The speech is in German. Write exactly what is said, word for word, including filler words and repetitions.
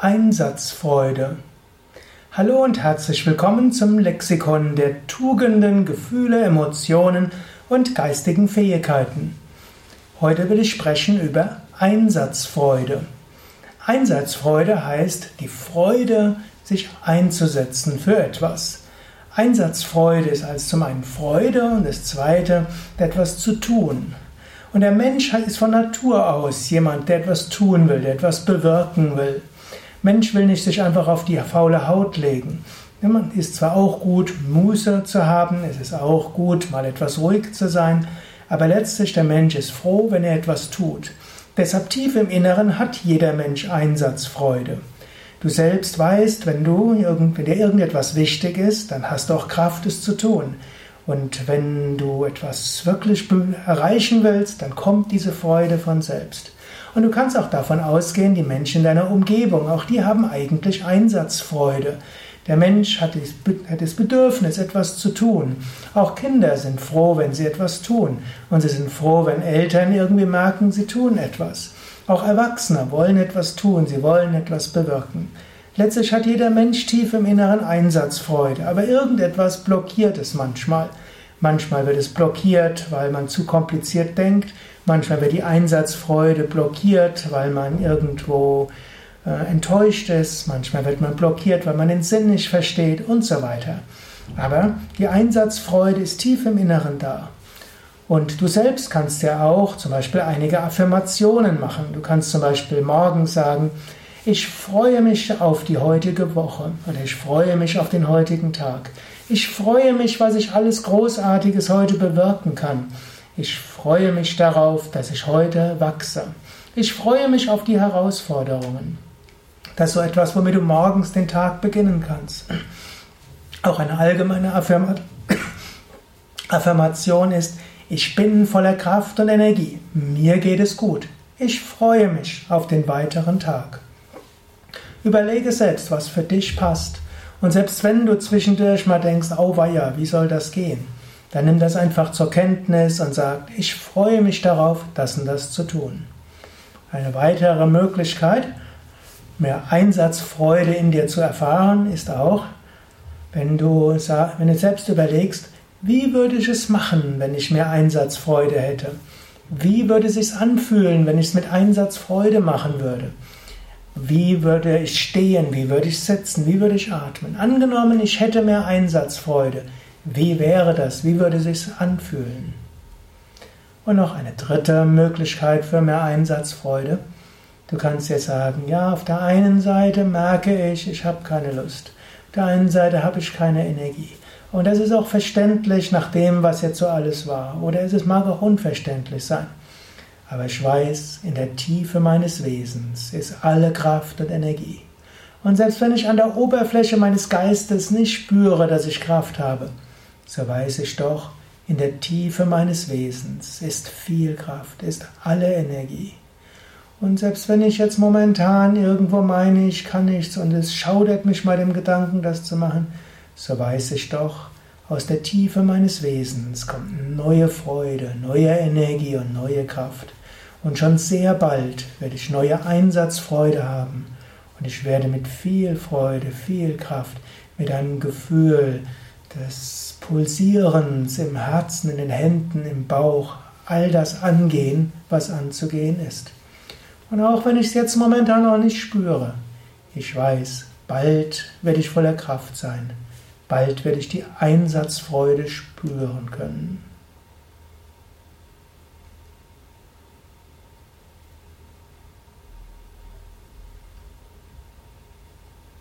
Einsatzfreude. Hallo und herzlich willkommen zum Lexikon der Tugenden, Gefühle, Emotionen und geistigen Fähigkeiten. Heute will ich sprechen über Einsatzfreude. Einsatzfreude heißt die Freude, sich einzusetzen für etwas. Einsatzfreude ist also zum einen Freude und das zweite, etwas zu tun. Und der Mensch ist von Natur aus jemand, der etwas tun will, der etwas bewirken will. Mensch will nicht sich einfach auf die faule Haut legen. Man ist zwar auch gut, Muße zu haben, es ist auch gut, mal etwas ruhig zu sein, aber letztlich der Mensch ist froh, wenn er etwas tut. Deshalb tief im Inneren hat jeder Mensch Einsatzfreude. Du selbst weißt, wenn, du, wenn dir irgendetwas wichtig ist, dann hast du auch Kraft, es zu tun. Und wenn du etwas wirklich erreichen willst, dann kommt diese Freude von selbst. Und du kannst auch davon ausgehen, die Menschen in deiner Umgebung, auch die haben eigentlich Einsatzfreude. Der Mensch hat das Bedürfnis, etwas zu tun. Auch Kinder sind froh, wenn sie etwas tun. Und sie sind froh, wenn Eltern irgendwie merken, sie tun etwas. Auch Erwachsene wollen etwas tun, sie wollen etwas bewirken. Letztlich hat jeder Mensch tief im Inneren Einsatzfreude, aber irgendetwas blockiert es manchmal. Manchmal wird es blockiert, weil man zu kompliziert denkt. Manchmal wird die Einsatzfreude blockiert, weil man irgendwo äh, enttäuscht ist. Manchmal wird man blockiert, weil man den Sinn nicht versteht und so weiter. Aber die Einsatzfreude ist tief im Inneren da. Und du selbst kannst ja auch zum Beispiel einige Affirmationen machen. Du kannst zum Beispiel morgens sagen, ich freue mich auf die heutige Woche oder ich freue mich auf den heutigen Tag. Ich freue mich, was ich alles Großartiges heute bewirken kann. Ich freue mich darauf, dass ich heute wachse. Ich freue mich auf die Herausforderungen. Das ist so etwas, womit du morgens den Tag beginnen kannst. Auch eine allgemeine Affirmation ist, ich bin voller Kraft und Energie. Mir geht es gut. Ich freue mich auf den weiteren Tag. Überlege selbst, was für dich passt. Und selbst wenn du zwischendurch mal denkst, auweia, wie soll das gehen? Dann nimm das einfach zur Kenntnis und sag, ich freue mich darauf, das und das zu tun. Eine weitere Möglichkeit, mehr Einsatzfreude in dir zu erfahren, ist auch, wenn du, wenn du selbst überlegst, wie würde ich es machen, wenn ich mehr Einsatzfreude hätte? Wie würde es sich anfühlen, wenn ich es mit Einsatzfreude machen würde? Wie würde ich stehen? Wie würde ich sitzen? Wie würde ich atmen? Angenommen, ich hätte mehr Einsatzfreude. Wie wäre das? Wie würde es sich anfühlen? Und noch eine dritte Möglichkeit für mehr Einsatzfreude. Du kannst jetzt sagen, ja, auf der einen Seite merke ich, ich habe keine Lust. Auf der einen Seite habe ich keine Energie. Und das ist auch verständlich nach dem, was jetzt so alles war. Oder es mag auch unverständlich sein. Aber ich weiß, in der Tiefe meines Wesens ist alle Kraft und Energie. Und selbst wenn ich an der Oberfläche meines Geistes nicht spüre, dass ich Kraft habe, so weiß ich doch, in der Tiefe meines Wesens ist viel Kraft, ist alle Energie. Und selbst wenn ich jetzt momentan irgendwo meine, ich kann nichts und es schaudert mich mal dem Gedanken, das zu machen, so weiß ich doch, aus der Tiefe meines Wesens kommt neue Freude, neue Energie und neue Kraft. Und schon sehr bald werde ich neue Einsatzfreude haben. Und ich werde mit viel Freude, viel Kraft, mit einem Gefühl des Pulsierens im Herzen, in den Händen, im Bauch, all das angehen, was anzugehen ist. Und auch wenn ich es jetzt momentan noch nicht spüre, ich weiß, bald werde ich voller Kraft sein. Bald werde ich die Einsatzfreude spüren können.